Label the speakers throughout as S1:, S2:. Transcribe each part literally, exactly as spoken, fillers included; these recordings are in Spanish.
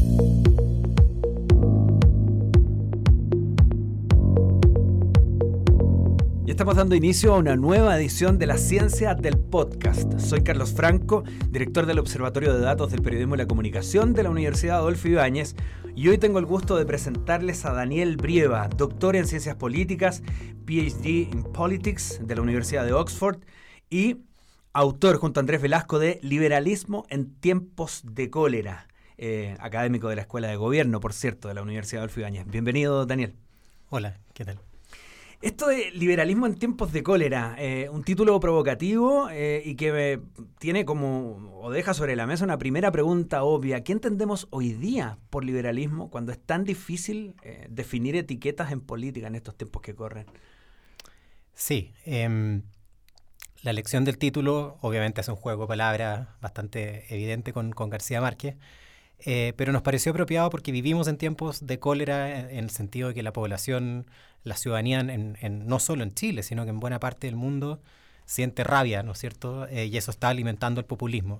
S1: Y estamos dando inicio a una nueva edición de La Ciencia del Podcast. Soy Carlos Franco, director del Observatorio de Datos del Periodismo y la Comunicación de la Universidad Adolfo Ibáñez, y hoy tengo el gusto de presentarles a Daniel Brieva, doctor en Ciencias Políticas, P H D in Politics de la Universidad de Oxford y autor junto a Andrés Velasco de Liberalismo en tiempos de cólera, eh, académico de la Escuela de Gobierno, por cierto, de la Universidad Adolfo Ibáñez. Bienvenido, Daniel.
S2: Hola, ¿qué tal?
S1: Esto de liberalismo en tiempos de cólera, eh, un título provocativo eh, y que eh, tiene como, o deja sobre la mesa una primera pregunta obvia. ¿Qué entendemos hoy día por liberalismo cuando es tan difícil eh, definir etiquetas en política en estos tiempos que corren?
S2: Sí, eh, la elección del título obviamente es un juego de palabras bastante evidente con, con García Márquez, eh, pero nos pareció apropiado porque vivimos en tiempos de cólera en, en el sentido de que la población, la ciudadanía, en, en, no solo en Chile, sino que en buena parte del mundo siente rabia, ¿no es cierto? Eh, y eso está alimentando el populismo.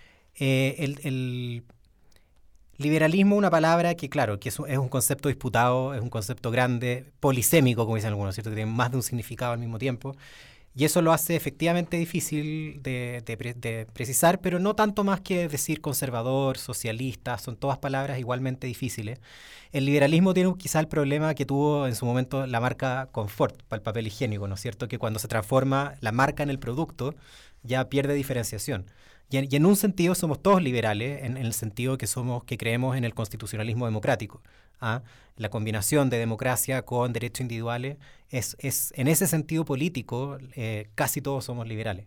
S2: Eh, el, el liberalismo, una palabra que, claro, que es un, es un concepto disputado, es un concepto grande, polisémico, como dicen algunos, ¿cierto? Que tiene más de un significado al mismo tiempo. Y eso lo hace efectivamente difícil de, de, de precisar, pero no tanto más que decir conservador, socialista, son todas palabras igualmente difíciles. El liberalismo tiene quizá el problema que tuvo en su momento la marca Confort para el papel higiénico, ¿no es cierto? Que cuando se transforma la marca en el producto ya pierde diferenciación. Y en, y en un sentido somos todos liberales, en, en el sentido que somos que creemos en el constitucionalismo democrático. ¿Ah? La combinación de democracia con derechos individuales es, es en ese sentido político, eh, casi todos somos liberales.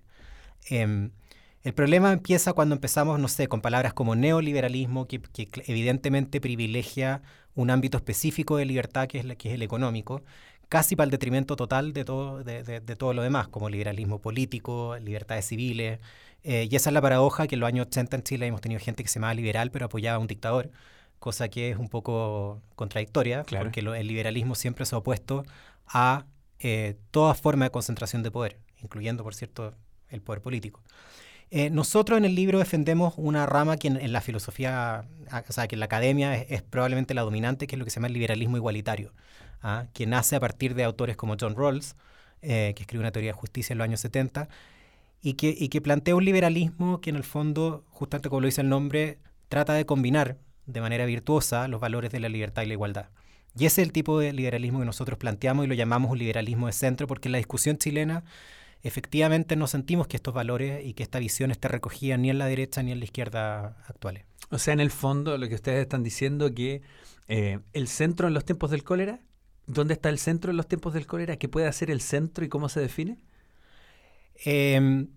S2: Eh, el problema empieza cuando empezamos, no sé, con palabras como neoliberalismo, que, que evidentemente privilegia un ámbito específico de libertad que es, la, que es el económico, casi para el detrimento total de todo, de, de, de todo lo demás, como liberalismo político, libertades civiles. Eh, y esa es la paradoja que en los años ochenta en Chile hemos tenido gente que se llamaba liberal pero apoyaba a un dictador, cosa que es un poco contradictoria, claro, porque lo, el liberalismo siempre se ha opuesto a eh, toda forma de concentración de poder, incluyendo, por cierto, el poder político. Eh, nosotros en el libro defendemos una rama que en, en la filosofía, o sea, que en la academia es, es probablemente la dominante, que es lo que se llama el liberalismo igualitario, ¿ah? Que nace a partir de autores como John Rawls, eh, que escribe una teoría de justicia en los años setenta, y que, y que plantea un liberalismo que en el fondo, justamente como lo dice el nombre, trata de combinar de manera virtuosa los valores de la libertad y la igualdad. Y ese es el tipo de liberalismo que nosotros planteamos y lo llamamos un liberalismo de centro, porque en la discusión chilena efectivamente no sentimos que estos valores y que esta visión esté recogida ni en la derecha ni en la izquierda actuales.
S1: O sea, en el fondo lo que ustedes están diciendo que eh, el centro en los tiempos del cólera, ¿dónde está el centro en los tiempos del cólera? ¿Qué puede hacer el centro y cómo se define?
S2: Eh,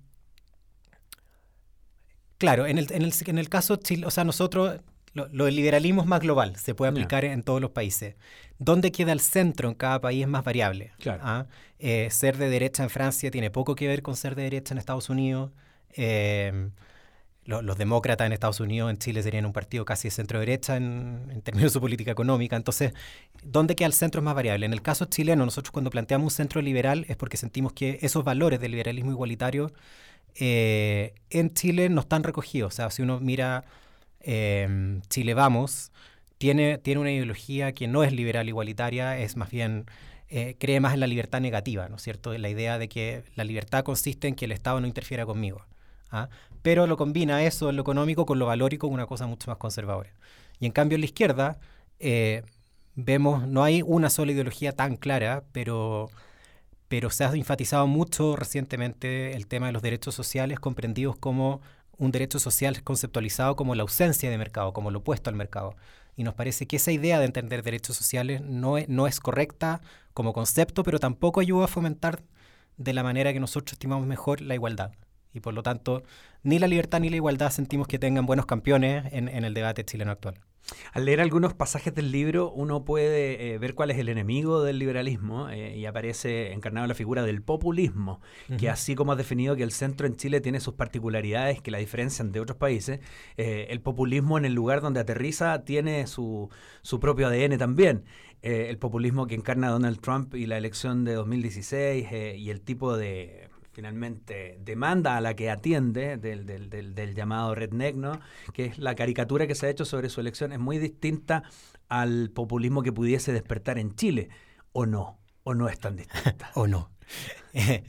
S2: claro, en el, en el, en el caso Chile, o sea, nosotros... Lo, lo del liberalismo es más global, se puede aplicar yeah. en todos los países. ¿Dónde queda el centro en cada país es más variable?
S1: Claro.
S2: ¿Ah? Eh, ser de derecha en Francia tiene poco que ver con ser de derecha en Estados Unidos. Eh, lo, los demócratas en Estados Unidos, en Chile, serían un partido casi de centro-derecha en, en términos de su política económica. Entonces, ¿dónde queda el centro es más variable? En el caso chileno, nosotros cuando planteamos un centro liberal es porque sentimos que esos valores del liberalismo igualitario eh, en Chile no están recogidos. O sea, si uno mira... Eh, Chile Vamos tiene, tiene una ideología que no es liberal igualitaria, es más bien, eh, cree más en la libertad negativa, ¿no es cierto? La idea de que la libertad consiste en que el Estado no interfiera conmigo, ¿ah? Pero lo combina eso en lo económico con lo valórico, una cosa mucho más conservadora. Y en cambio en la izquierda eh, vemos, no hay una sola ideología tan clara, pero, pero se ha enfatizado mucho recientemente el tema de los derechos sociales comprendidos como un derecho social conceptualizado como la ausencia de mercado, como lo opuesto al mercado. Y nos parece que esa idea de entender derechos sociales no es, no es correcta como concepto, pero tampoco ayuda a fomentar de la manera que nosotros estimamos mejor la igualdad. Y por lo tanto, ni la libertad ni la igualdad sentimos que tengan buenos campeones en, en el debate chileno actual.
S1: Al leer algunos pasajes del libro, uno puede eh, ver cuál es el enemigo del liberalismo eh, y aparece encarnado la figura del populismo, uh-huh. que así como has definido que el centro en Chile tiene sus particularidades que la diferencian de otros países, eh, el populismo en el lugar donde aterriza tiene su, su propio A D N también. Eh, el populismo que encarna Donald Trump y la elección de dos mil dieciséis eh, y el tipo de... finalmente demanda a la que atiende del, del, del, del llamado redneck, ¿no? Que es la caricatura que se ha hecho sobre su elección, es muy distinta al populismo que pudiese despertar en Chile, ¿o no? ¿O no es tan distinta?
S2: ¿O no? eh,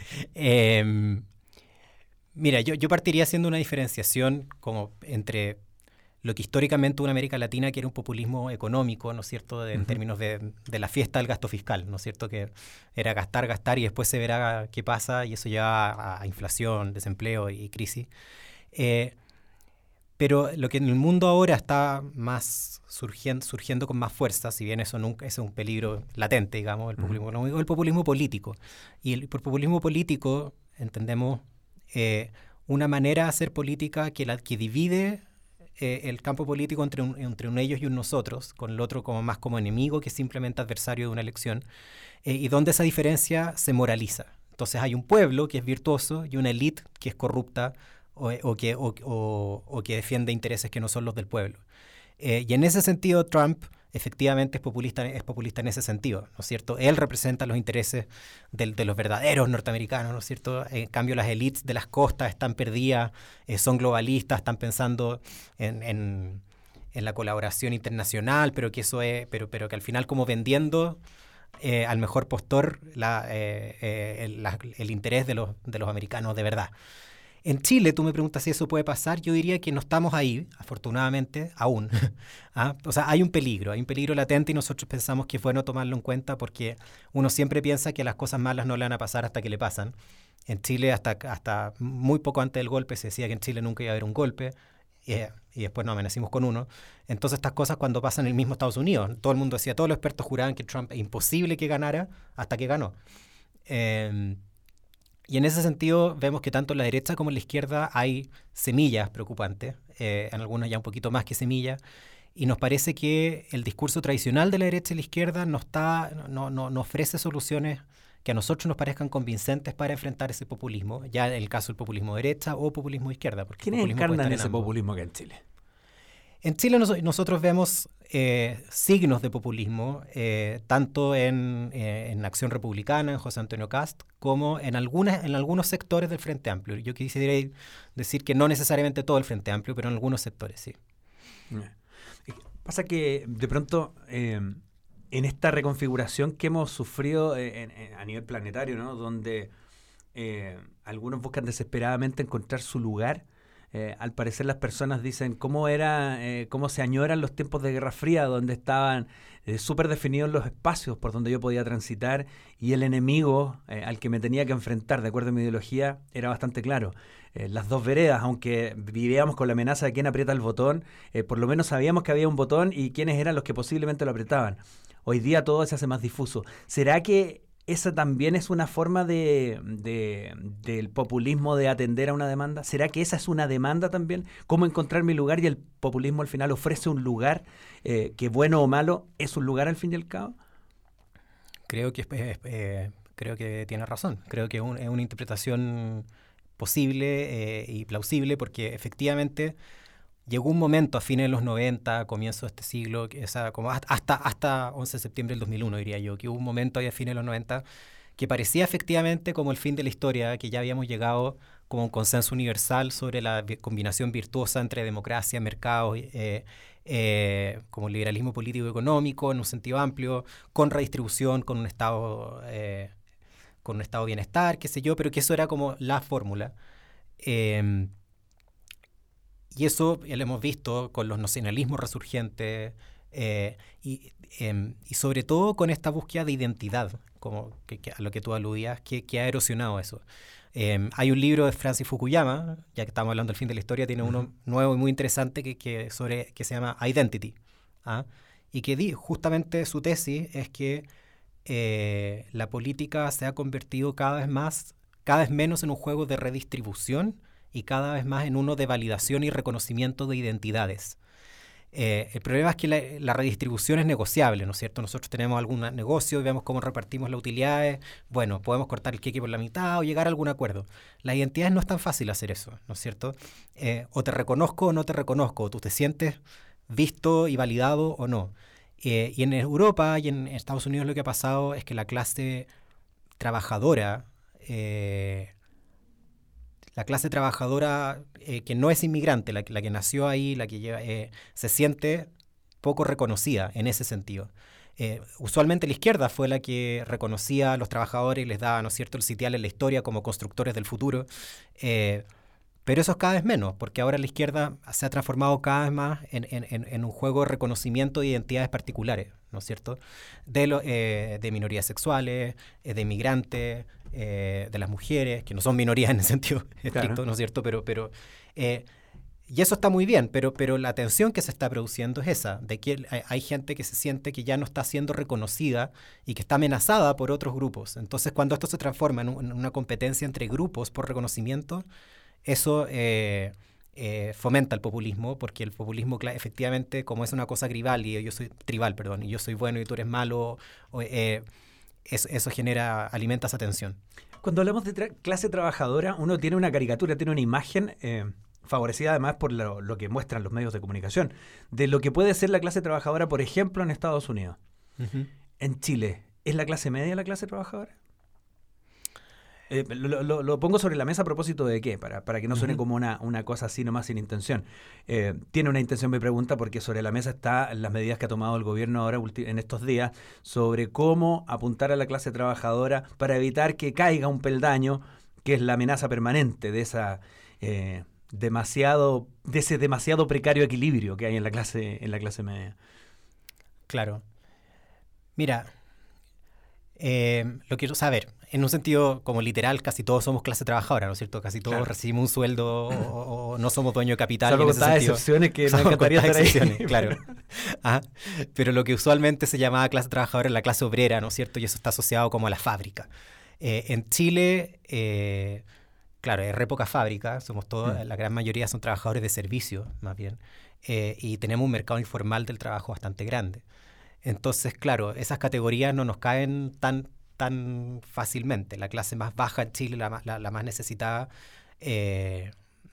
S2: eh, mira, yo, yo partiría haciendo una diferenciación como entre lo que históricamente en América Latina que era un populismo económico, ¿no es cierto?, de, en uh-huh. términos de, de la fiesta del gasto fiscal, ¿no es cierto?, que era gastar, gastar y después se verá qué pasa y eso lleva a, a inflación, desempleo y crisis. Eh, pero lo que en el mundo ahora está más surgiendo, surgiendo con más fuerza, si bien eso nunca es un peligro latente, digamos, el populismo uh-huh. económico, el populismo político. Y el, por populismo político entendemos eh, una manera de hacer política que, la, que divide Eh, el campo político entre un, entre un ellos y un nosotros, con el otro como más como enemigo que simplemente adversario de una elección, eh, y donde esa diferencia se moraliza. Entonces hay un pueblo que es virtuoso y una élite que es corrupta o, o, que, o, o, o que defiende intereses que no son los del pueblo. Eh, y en ese sentido Trump efectivamente es populista, es populista en ese sentido, ¿no es cierto? Él representa los intereses de, de los verdaderos norteamericanos, ¿no es cierto? En cambio, las élites de las costas están perdidas, eh, son globalistas, están pensando en, en, en la colaboración internacional, pero que eso es, pero, pero que al final como vendiendo eh, al mejor postor la, eh, eh, el, la, el interés de los, de los americanos de verdad. En Chile, tú me preguntas si eso puede pasar, yo diría que no estamos ahí, afortunadamente, aún. ¿Ah? O sea, hay un peligro, hay un peligro latente y nosotros pensamos que es bueno tomarlo en cuenta porque uno siempre piensa que las cosas malas no le van a pasar hasta que le pasan. En Chile, hasta, hasta muy poco antes del golpe, se decía que en Chile nunca iba a haber un golpe y, y después nos amanecimos con uno. Entonces, estas cosas cuando pasan en el mismo Estados Unidos, todo el mundo decía, todos los expertos juraban que Trump es imposible que ganara hasta que ganó. Eh, Y en ese sentido vemos que tanto en la derecha como en la izquierda hay semillas preocupantes, eh, en algunas ya un poquito más que semillas, y nos parece que el discurso tradicional de la derecha y la izquierda no, está, no, no, no ofrece soluciones que a nosotros nos parezcan convincentes para enfrentar ese populismo, ya en el caso del populismo de derecha o populismo de izquierda.
S1: ¿Quiénes encarnan ese populismo que en Chile?
S2: En Chile nos, nosotros vemos eh, signos de populismo, eh, tanto en, eh, en Acción Republicana, en José Antonio Kast, como en, algunas, en algunos sectores del Frente Amplio. Yo quisiera decir que no necesariamente todo el Frente Amplio, pero en algunos sectores, sí.
S1: Pasa que de pronto eh, en esta reconfiguración que hemos sufrido en, en, a nivel planetario, ¿no?, donde eh, algunos buscan desesperadamente encontrar su lugar, Eh, al parecer las personas dicen cómo era, eh, cómo se añoran los tiempos de Guerra Fría, donde estaban eh, súper definidos los espacios por donde yo podía transitar y el enemigo eh, al que me tenía que enfrentar, de acuerdo a mi ideología, era bastante claro. Eh, las dos veredas, aunque vivíamos con la amenaza de quién aprieta el botón, eh, por lo menos sabíamos que había un botón y quiénes eran los que posiblemente lo apretaban. Hoy día todo se hace más difuso. ¿Será que esa también es una forma de, de, del populismo de atender a una demanda? ¿Será que esa es una demanda también? ¿Cómo encontrar mi lugar? Y el populismo al final ofrece un lugar eh, que, bueno o malo, es un lugar al fin y al cabo.
S2: Creo que, eh, eh, creo que tiene razón. Creo que un, es una interpretación posible eh, y plausible porque efectivamente llegó un momento a fines de los noventa, comienzo de este siglo, que esa, como hasta, hasta once de septiembre del dos mil uno, diría yo, que hubo un momento ahí a fines de los noventa que parecía efectivamente como el fin de la historia, que ya habíamos llegado como un consenso universal sobre la combinación virtuosa entre democracia, mercados, eh, eh, como liberalismo político y económico en un sentido amplio, con redistribución, con un estado, eh, con un estado de bienestar, qué sé yo, pero que eso era como la fórmula. Eh, Y eso ya lo hemos visto con los nacionalismos resurgentes eh, y, eh, y sobre todo con esta búsqueda de identidad, como que, que a lo que tú aludías, que, que ha erosionado eso. Eh, hay un libro de Francis Fukuyama, ya que estamos hablando del fin de la historia, tiene uno uh-huh. nuevo y muy interesante que, que, sobre, que se llama Identity, ¿ah? Y que di, justamente su tesis es que eh, la política se ha convertido cada vez más, cada vez menos en un juego de redistribución y cada vez más en uno de validación y reconocimiento de identidades. Eh, el problema es que la, la redistribución es negociable, ¿no es cierto? Nosotros tenemos algún negocio y vemos cómo repartimos las utilidades. Bueno, podemos cortar el queque por la mitad o llegar a algún acuerdo. Las identidades no es tan fácil hacer eso, ¿no es cierto? Eh, o te reconozco o no te reconozco, o tú te sientes visto y validado o no. Eh, y en Europa y en Estados Unidos lo que ha pasado es que la clase trabajadora eh, la clase trabajadora eh, que no es inmigrante, la, la que nació ahí, la que lleva, eh, se siente poco reconocida en ese sentido. Eh, usualmente la izquierda fue la que reconocía a los trabajadores y les daba, ¿no es cierto?, el sitial en la historia como constructores del futuro. Eh, pero eso es cada vez menos, porque ahora la izquierda se ha transformado cada vez más en, en, en un juego de reconocimiento de identidades particulares, ¿no es cierto?, de, lo, eh, de minorías sexuales, eh, de inmigrantes, eh, de las mujeres, que no son minorías en el sentido estricto, claro. ¿No es cierto?, pero... pero eh, y eso está muy bien, pero, pero la tensión que se está produciendo es esa, de que hay, hay gente que se siente que ya no está siendo reconocida y que está amenazada por otros grupos. Entonces, cuando esto se transforma en, un, en una competencia entre grupos por reconocimiento, eso eh, eh, fomenta el populismo, porque el populismo efectivamente, como es una cosa tribal, y yo soy tribal, perdón, y yo soy bueno y tú eres malo, o, eh, eso, eso genera, alimenta esa tensión.
S1: Cuando hablamos de tra- clase trabajadora, uno tiene una caricatura, tiene una imagen... Eh... favorecida además por lo, lo que muestran los medios de comunicación, de lo que puede ser la clase trabajadora, por ejemplo, en Estados Unidos. Uh-huh. En Chile, ¿es la clase media la clase trabajadora? Eh, lo, lo, lo pongo sobre la mesa a propósito de qué, para, para que no suene uh-huh. como una, una cosa así nomás sin intención. Eh, tiene una intención mi pregunta porque sobre la mesa están las medidas que ha tomado el gobierno ahora en estos días sobre cómo apuntar a la clase trabajadora para evitar que caiga un peldaño, que es la amenaza permanente de esa... Eh, demasiado de ese demasiado precario equilibrio que hay en la clase en la clase media.
S2: Claro. Mira, eh, lo quiero saber, en un sentido como literal, casi todos somos clase trabajadora, ¿no es cierto? Casi todos claro. recibimos un sueldo o, o no somos dueños de capital.
S1: Salvo
S2: en
S1: ese sentido. Excepciones que no encantaría estar
S2: excepciones, ahí. Claro. Ajá. Pero lo que usualmente se llamaba clase trabajadora es la clase obrera, ¿no es cierto? Y eso está asociado como a la fábrica. Eh, en Chile... Eh, Claro, es re poca fábrica, somos todos, mm. la gran mayoría son trabajadores de servicio, más bien, eh, y tenemos un mercado informal del trabajo bastante grande. Entonces, claro, esas categorías no nos caen tan, tan fácilmente. La clase más baja en Chile, la, la, la más necesitada, eh,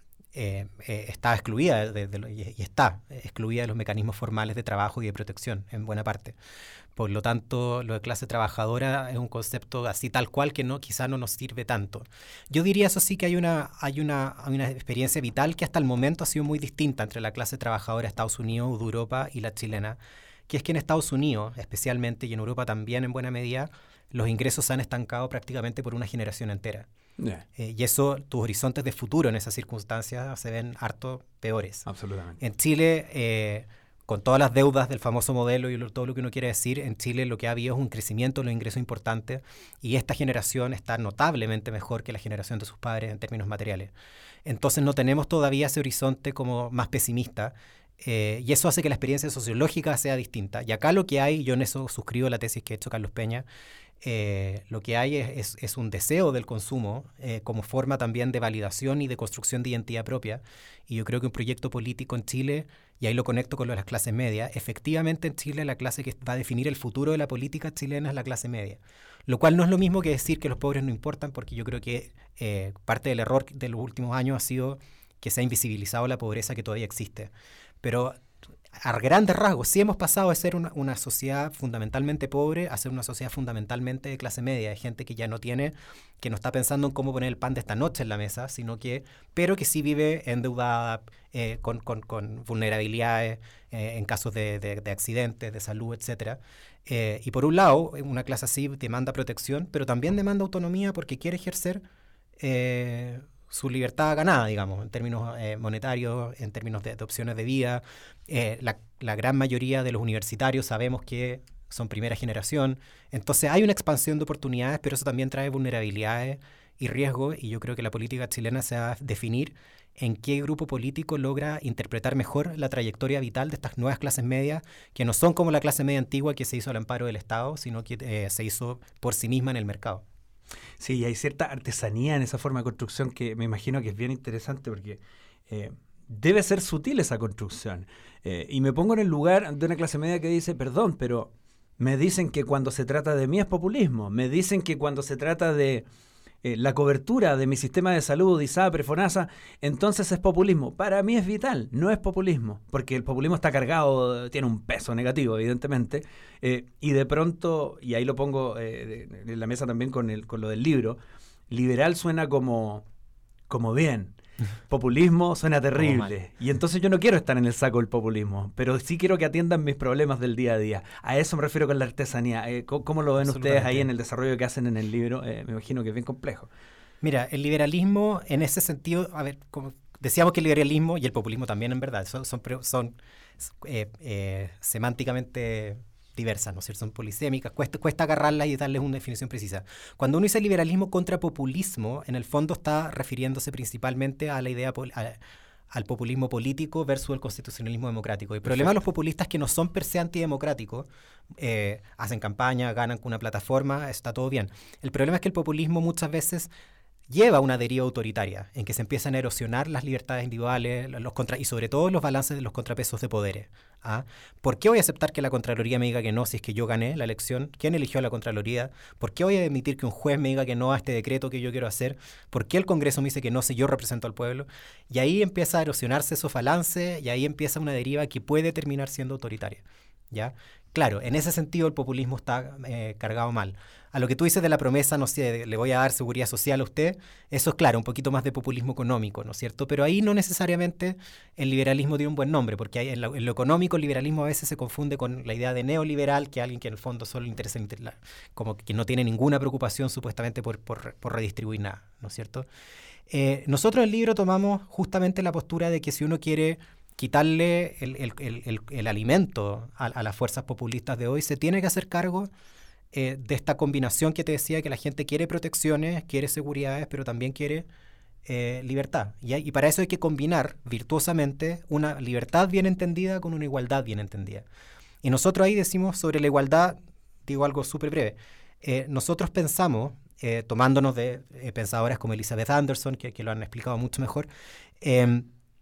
S2: eh, eh, está excluida de, de, de, y está excluida de los mecanismos formales de trabajo y de protección, en buena parte. Por lo tanto, lo de clase trabajadora es un concepto así tal cual que no, quizá no nos sirve tanto. Yo diría eso sí que hay una, hay una, hay una experiencia vital que hasta el momento ha sido muy distinta entre la clase trabajadora de Estados Unidos, de Europa y la chilena, que es que en Estados Unidos, especialmente, y en Europa también en buena medida, los ingresos se han estancado prácticamente por una generación entera. Yeah. Eh, y eso, tus horizontes de futuro en esas circunstancias se ven harto peores.
S1: Absolutamente.
S2: En Chile... Eh, con todas las deudas del famoso modelo y lo, todo lo que uno quiere decir, en Chile lo que ha habido es un crecimiento de los ingresos importante y esta generación está notablemente mejor que la generación de sus padres en términos materiales. Entonces no tenemos todavía ese horizonte como más pesimista eh, y eso hace que la experiencia sociológica sea distinta. Y acá lo que hay, yo en eso suscribo la tesis que ha hecho Carlos Peña, eh, lo que hay es, es, es un deseo del consumo eh, como forma también de validación y de construcción de identidad propia. Y yo creo que un proyecto político en Chile, y ahí lo conecto con lo de las clases medias, efectivamente en Chile la clase que va a definir el futuro de la política chilena es la clase media. Lo cual no es lo mismo que decir que los pobres no importan, porque yo creo que eh, parte del error de los últimos años ha sido que se ha invisibilizado la pobreza que todavía existe. Pero a grandes rasgos, sí hemos pasado de ser una, una sociedad fundamentalmente pobre a ser una sociedad fundamentalmente de clase media, de gente que ya no tiene, que no está pensando en cómo poner el pan de esta noche en la mesa, sino que, pero que sí vive endeudada, eh, con, con, con vulnerabilidades eh, en casos de, de, de accidentes, de salud, etcétera. Eh, y por un lado, una clase así demanda protección, pero también demanda autonomía porque quiere ejercer eh, su libertad ganada, digamos, en términos eh, monetarios, en términos de, de opciones de vida. Eh, la, la gran mayoría de los universitarios sabemos que son primera generación. Entonces hay una expansión de oportunidades, pero eso también trae vulnerabilidades y riesgos, y yo creo que la política chilena se va a definir en qué grupo político logra interpretar mejor la trayectoria vital de estas nuevas clases medias, que no son como la clase media antigua que se hizo al amparo del Estado, sino que eh, se hizo por sí misma en el mercado.
S1: Sí, hay cierta artesanía en esa forma de construcción que me imagino que es bien interesante porque eh, debe ser sutil esa construcción. Eh, y me pongo en el lugar de una clase media que dice, perdón, pero me dicen que cuando se trata de mí es populismo. Me dicen que cuando se trata de eh, la cobertura de mi sistema de salud, ISAPRE, FONASA, entonces es populismo. Para mí es vital, no es populismo, porque el populismo está cargado, tiene un peso negativo, evidentemente, eh, y de pronto, y ahí lo pongo eh, en la mesa también con, el, con lo del libro, liberal suena como, como bien. Populismo suena terrible. Y entonces yo no quiero estar en el saco del populismo, pero sí quiero que atiendan mis problemas del día a día. A eso me refiero con la artesanía. Eh, ¿cómo, ¿Cómo lo ven ustedes ahí en el desarrollo que hacen en el libro? Eh, me imagino que es bien complejo.
S2: Mira, el liberalismo en ese sentido, a ver, como decíamos que el liberalismo y el populismo también en verdad son, son, son eh, eh, semánticamente diversas, ¿no es cierto? Son polisémicas, cuesta, cuesta agarrarlas y darles una definición precisa. Cuando uno dice liberalismo contra populismo, en el fondo está refiriéndose principalmente a la idea, a, al populismo político versus el constitucionalismo democrático. El problema de los populistas es que no son per se antidemocráticos, eh, hacen campaña, ganan con una plataforma, está todo bien. El problema es que el populismo muchas veces lleva a una deriva autoritaria, en que se empiezan a erosionar las libertades individuales los contra y sobre todo los balances de los contrapesos de poderes. ¿Ah? ¿Por qué voy a aceptar que la Contraloría me diga que no si es que yo gané la elección? ¿Quién eligió a la Contraloría? ¿Por qué voy a admitir que un juez me diga que no a este decreto que yo quiero hacer? ¿Por qué el Congreso me dice que no si yo represento al pueblo? Y ahí empieza a erosionarse esos balances y ahí empieza una deriva que puede terminar siendo autoritaria. ¿Ya? Claro, en ese sentido el populismo está eh, cargado mal. A lo que tú dices de la promesa, no sé, le voy a dar seguridad social a usted, eso es claro, un poquito más de populismo económico, ¿no es cierto? Pero ahí no necesariamente el liberalismo tiene un buen nombre, porque hay, en, lo, en lo económico el liberalismo a veces se confunde con la idea de neoliberal, que es alguien que en el fondo solo le interesa, como que no tiene ninguna preocupación supuestamente por, por, por redistribuir nada, ¿no es cierto? Eh, nosotros en el libro tomamos justamente la postura de que si uno quiere quitarle el, el, el, el, el alimento a, a las fuerzas populistas de hoy, se tiene que hacer cargo eh, de esta combinación que te decía, que la gente quiere protecciones, quiere seguridades, pero también quiere eh, libertad. Y, hay, y para eso hay que combinar virtuosamente una libertad bien entendida con una igualdad bien entendida. Y nosotros ahí decimos sobre la igualdad, digo algo súper breve. Eh, nosotros pensamos, eh, tomándonos de eh, pensadoras como Elizabeth Anderson, que, que lo han explicado mucho mejor, eh,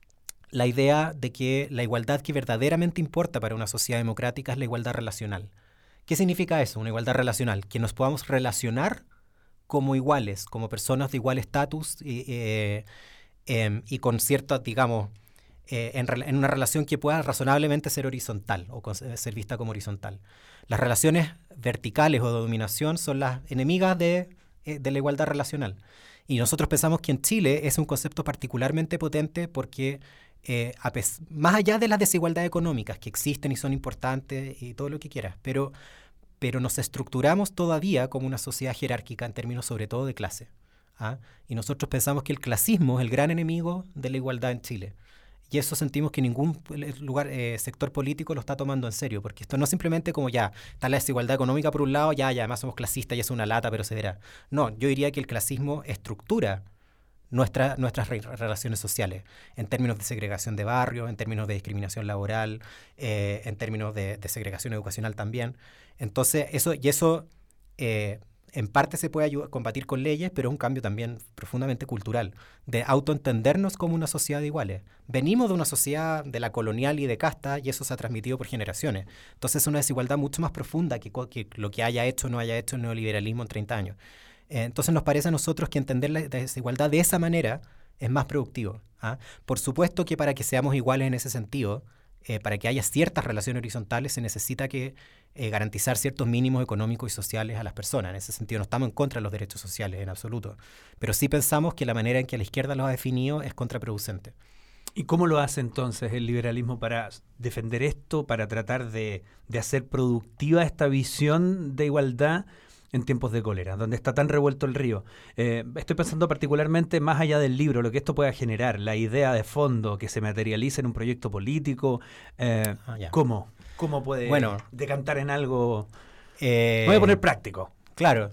S2: la idea de que la igualdad que verdaderamente importa para una sociedad democrática es la igualdad relacional. ¿Qué significa eso, una igualdad relacional? Que nos podamos relacionar como iguales, como personas de igual estatus y, eh, eh, y con cierta, digamos, eh, en, en una relación que pueda razonablemente ser horizontal o con, ser vista como horizontal. Las relaciones verticales o de dominación son las enemigas de, eh, de la igualdad relacional. Y nosotros pensamos que en Chile es un concepto particularmente potente porque Eh, a pes- más allá de las desigualdades económicas que existen y son importantes y todo lo que quieras, pero, pero nos estructuramos todavía como una sociedad jerárquica en términos sobre todo de clase. ¿Ah? Y nosotros pensamos que el clasismo es el gran enemigo de la igualdad en Chile. Y eso sentimos que ningún lugar, eh, sector político lo está tomando en serio, porque esto no es simplemente como ya, está la desigualdad económica por un lado, ya, ya, además somos clasistas y es una lata, pero se verá. No, yo diría que el clasismo estructura Nuestra, nuestras re relaciones sociales, en términos de segregación de barrios, en términos de discriminación laboral, eh, en términos de, de segregación educacional también. Entonces, eso, y eso eh, en parte se puede ayudar, combatir con leyes, pero es un cambio también profundamente cultural, de autoentendernos como una sociedad de iguales. Venimos de una sociedad de la colonial y de casta, y eso se ha transmitido por generaciones. Entonces, es una desigualdad mucho más profunda que, que lo que haya hecho o no haya hecho el neoliberalismo en treinta años. Entonces nos parece a nosotros que entender la desigualdad de esa manera es más productivo. ¿Ah? Por supuesto que para que seamos iguales en ese sentido, eh, para que haya ciertas relaciones horizontales, se necesita que eh, garantizar ciertos mínimos económicos y sociales a las personas. En ese sentido no estamos en contra de los derechos sociales en absoluto, pero sí pensamos que la manera en que la izquierda los ha definido es contraproducente.
S1: ¿Y cómo lo hace entonces el liberalismo para defender esto, para tratar de, de hacer productiva esta visión de igualdad en tiempos de cólera, donde está tan revuelto el río? Eh, estoy pensando particularmente más allá del libro, lo que esto pueda generar, la idea de fondo que se materializa en un proyecto político. Eh, ah, ¿Cómo? ¿Cómo puede bueno, decantar en algo? Eh, voy a poner práctico.
S2: Claro.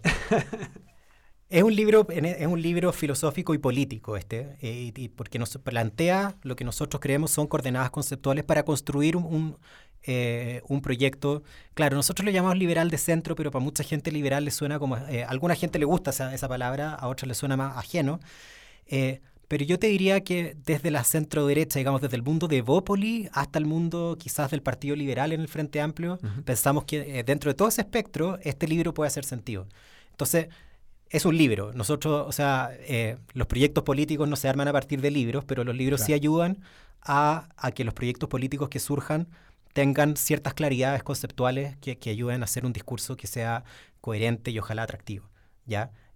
S2: Es un libro, es un libro filosófico y político este, eh, y porque nos plantea lo que nosotros creemos son coordenadas conceptuales para construir un, un, eh, un proyecto. Claro, nosotros lo llamamos liberal de centro, pero para mucha gente liberal le suena como, eh, a alguna gente le gusta esa, esa palabra, a otros le suena más ajeno. Eh, pero yo te diría que desde la centro derecha, digamos, desde el mundo de Evópoli hasta el mundo quizás del Partido Liberal en el Frente Amplio, uh-huh. pensamos que eh, dentro de todo ese espectro, este libro puede hacer sentido. Entonces, es un libro. Nosotros, o sea, eh, los proyectos políticos no se arman a partir de libros, pero los libros claro. sí ayudan a, a que los proyectos políticos que surjan tengan ciertas claridades conceptuales que, que ayuden a hacer un discurso que sea coherente y ojalá atractivo, ¿ya?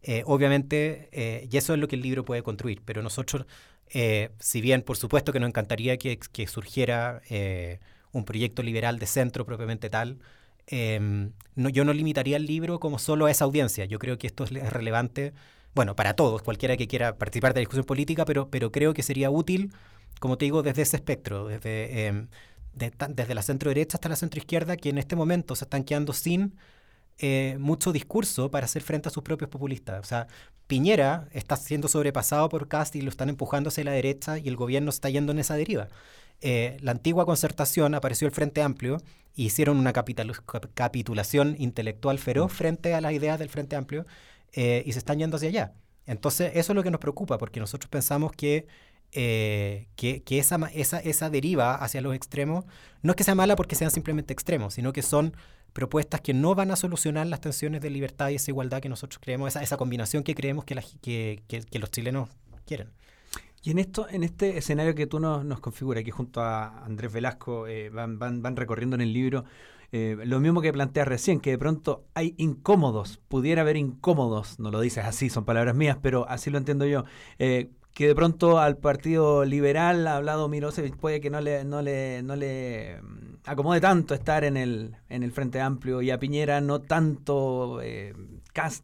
S2: Eh, obviamente, eh, y eso es lo que el libro puede construir, pero nosotros, eh, si bien por supuesto que nos encantaría que, que surgiera eh, un proyecto liberal de centro propiamente tal, eh, no, yo no limitaría el libro como solo a esa audiencia. Yo creo que esto es, es relevante, bueno, para todos, cualquiera que quiera participar de la discusión política, pero, pero creo que sería útil, como te digo, desde ese espectro, desde, eh, de, desde la centro derecha hasta la centro izquierda, que en este momento se están quedando sin Eh, mucho discurso para hacer frente a sus propios populistas. O sea, Piñera está siendo sobrepasado por Kast y lo están empujando hacia la derecha y el gobierno está yendo en esa deriva. Eh, la antigua Concertación, apareció el Frente Amplio y hicieron una capital, capitulación intelectual feroz frente a las ideas del Frente Amplio eh, y se están yendo hacia allá. Entonces, eso es lo que nos preocupa, porque nosotros pensamos que Eh, que, que esa, esa, esa deriva hacia los extremos no es que sea mala porque sean simplemente extremos, sino que son propuestas que no van a solucionar las tensiones de libertad y esa igualdad que nosotros creemos, esa, esa combinación que creemos que, la, que, que, que los chilenos quieren.
S1: Y en esto, en este escenario que tú nos, nos configuras, que junto a Andrés Velasco eh, van, van, van recorriendo en el libro, eh, lo mismo que planteas recién, que de pronto hay incómodos, pudiera haber incómodos, no lo dices así, son palabras mías, pero así lo entiendo yo, eh, que de pronto al Partido Liberal, ha hablado Mirosevic, puede que no le, no le, no le acomode tanto estar en el, en el Frente Amplio, y a Piñera no tanto eh, Kast,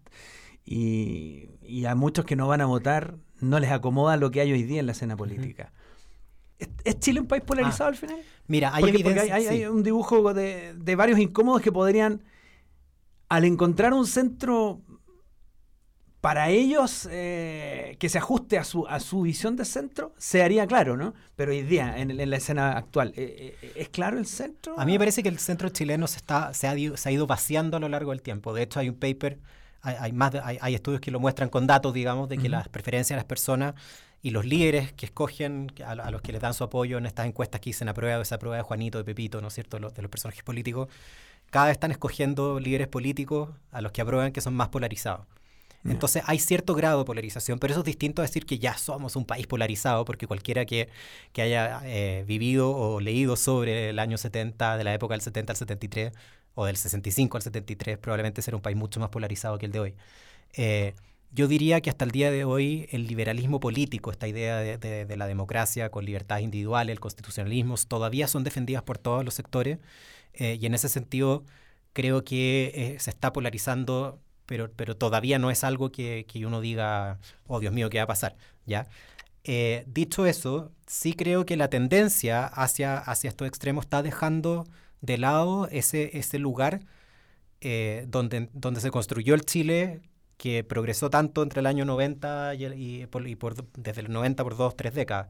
S1: y, y a muchos que no van a votar no les acomoda lo que hay hoy día en la escena política. Uh-huh. ¿Es, ¿Es Chile un país polarizado ah, al final?
S2: Mira, hay
S1: porque,
S2: evidencia,
S1: porque hay, hay,
S2: sí.
S1: hay un dibujo de, de varios incómodos que podrían, al encontrar un centro para ellos eh, que se ajuste a su, a su visión de centro, se haría claro, ¿no? Pero hoy día, en, en la escena actual, eh, eh, ¿es claro el centro?
S2: A mí me parece que el centro chileno se, está, se, ha, se ha ido vaciando a lo largo del tiempo. De hecho, hay un paper, hay, hay, más de, hay, hay estudios que lo muestran con datos, digamos, de que uh-huh. las preferencias de las personas y los líderes que escogen, a, a los que les dan su apoyo en estas encuestas que dicen aprueba o desaprueba de Juanito, de Pepito, ¿no es cierto?, de los, de los personajes políticos, cada vez están escogiendo líderes políticos a los que aprueban que son más polarizados. Entonces hay cierto grado de polarización, pero eso es distinto a decir que ya somos un país polarizado, porque cualquiera que, que haya eh, vivido o leído sobre el año setenta, de la época del setenta al setenta y tres, o del sesenta y cinco al setenta y tres, probablemente será un país mucho más polarizado que el de hoy. Eh, yo diría que hasta el día de hoy el liberalismo político, esta idea de, de, de la democracia con libertades individuales, el constitucionalismo, todavía son defendidas por todos los sectores, eh, y en ese sentido creo que eh, se está polarizando. Pero, pero todavía no es algo que, que uno diga, oh Dios mío, ¿qué va a pasar? ¿Ya? Eh, dicho eso, sí creo que la tendencia hacia, hacia estos extremos está dejando de lado ese, ese lugar eh, donde, donde se construyó el Chile, que progresó tanto entre el año noventa y, y, por, y por, desde el noventa por dos, tres décadas.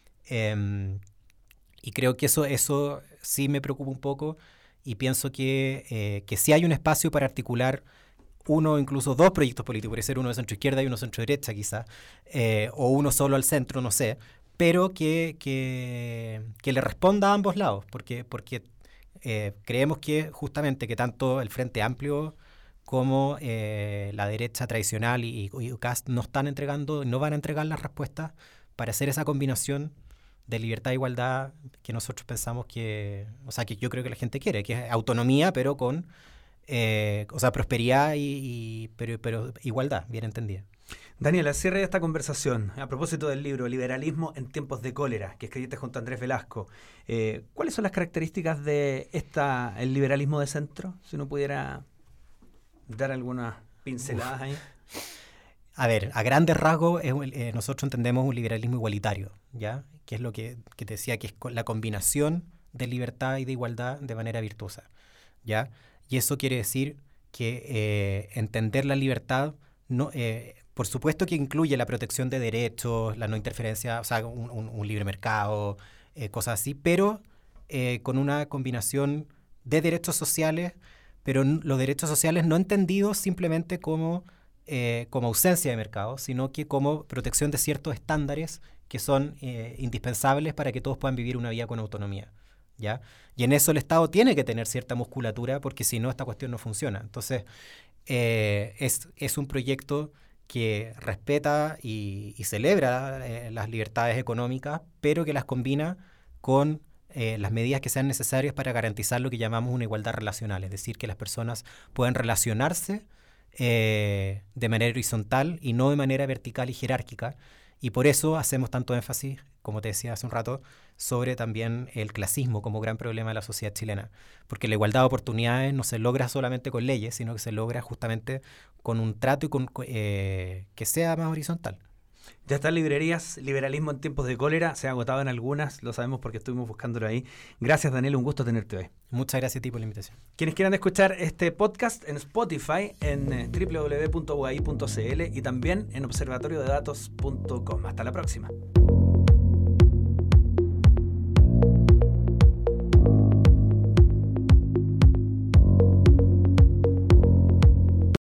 S2: Eh, y creo que eso, eso sí me preocupa un poco, y pienso que, eh, que sí hay un espacio para articular uno, incluso dos proyectos políticos, puede ser uno de centro izquierda y uno de centro derecha quizás, eh, o uno solo al centro, no sé, pero que, que, que le responda a ambos lados, porque, porque eh, creemos que justamente que tanto el Frente Amplio como eh, la derecha tradicional y, y, y Kast no están entregando, no van a entregar las respuestas para hacer esa combinación de libertad e igualdad que nosotros pensamos que, o sea, que yo creo que la gente quiere, que es autonomía, pero con Eh, o sea, prosperidad y, y pero, pero igualdad, bien entendida.
S1: Daniel, al cierre de esta conversación, a propósito del libro Liberalismo en tiempos de cólera, que escribiste junto a Andrés Velasco, eh, ¿cuáles son las características de esta el liberalismo de centro? Si uno pudiera dar algunas pinceladas Uf. ahí.
S2: A ver, a grandes rasgos, es, eh, nosotros entendemos un liberalismo igualitario, ¿ya? Que es lo que, que te decía, que es la combinación de libertad y de igualdad de manera virtuosa, ¿ya? Y eso quiere decir que eh, entender la libertad, no, eh, por supuesto que incluye la protección de derechos, la no interferencia, o sea, un, un, un libre mercado, eh, cosas así, pero eh, con una combinación de derechos sociales, pero n- los derechos sociales no entendidos simplemente como, eh, como ausencia de mercado, sino que como protección de ciertos estándares que son eh, indispensables para que todos puedan vivir una vida con autonomía, ¿ya? Y en eso el Estado tiene que tener cierta musculatura, porque si no, esta cuestión no funciona. Entonces, eh, es, es un proyecto que respeta y, y celebra eh, las libertades económicas, pero que las combina con eh, las medidas que sean necesarias para garantizar lo que llamamos una igualdad relacional, es decir, que las personas puedan relacionarse eh, de manera horizontal y no de manera vertical y jerárquica. Y por eso hacemos tanto énfasis, como te decía hace un rato, sobre también el clasismo como gran problema de la sociedad chilena. Porque la igualdad de oportunidades no se logra solamente con leyes, sino que se logra justamente con un trato y con, eh, que sea más horizontal.
S1: Ya están librerías, Liberalismo en tiempos de cólera, se ha agotado en algunas, lo sabemos porque estuvimos buscándolo ahí. Gracias, Daniel, un gusto tenerte hoy.
S2: Muchas gracias a ti por la invitación.
S1: Quienes quieran escuchar este podcast en Spotify, en doble u doble u doble u punto u a i punto c l y también en observatorio de datos punto com. Hasta la próxima.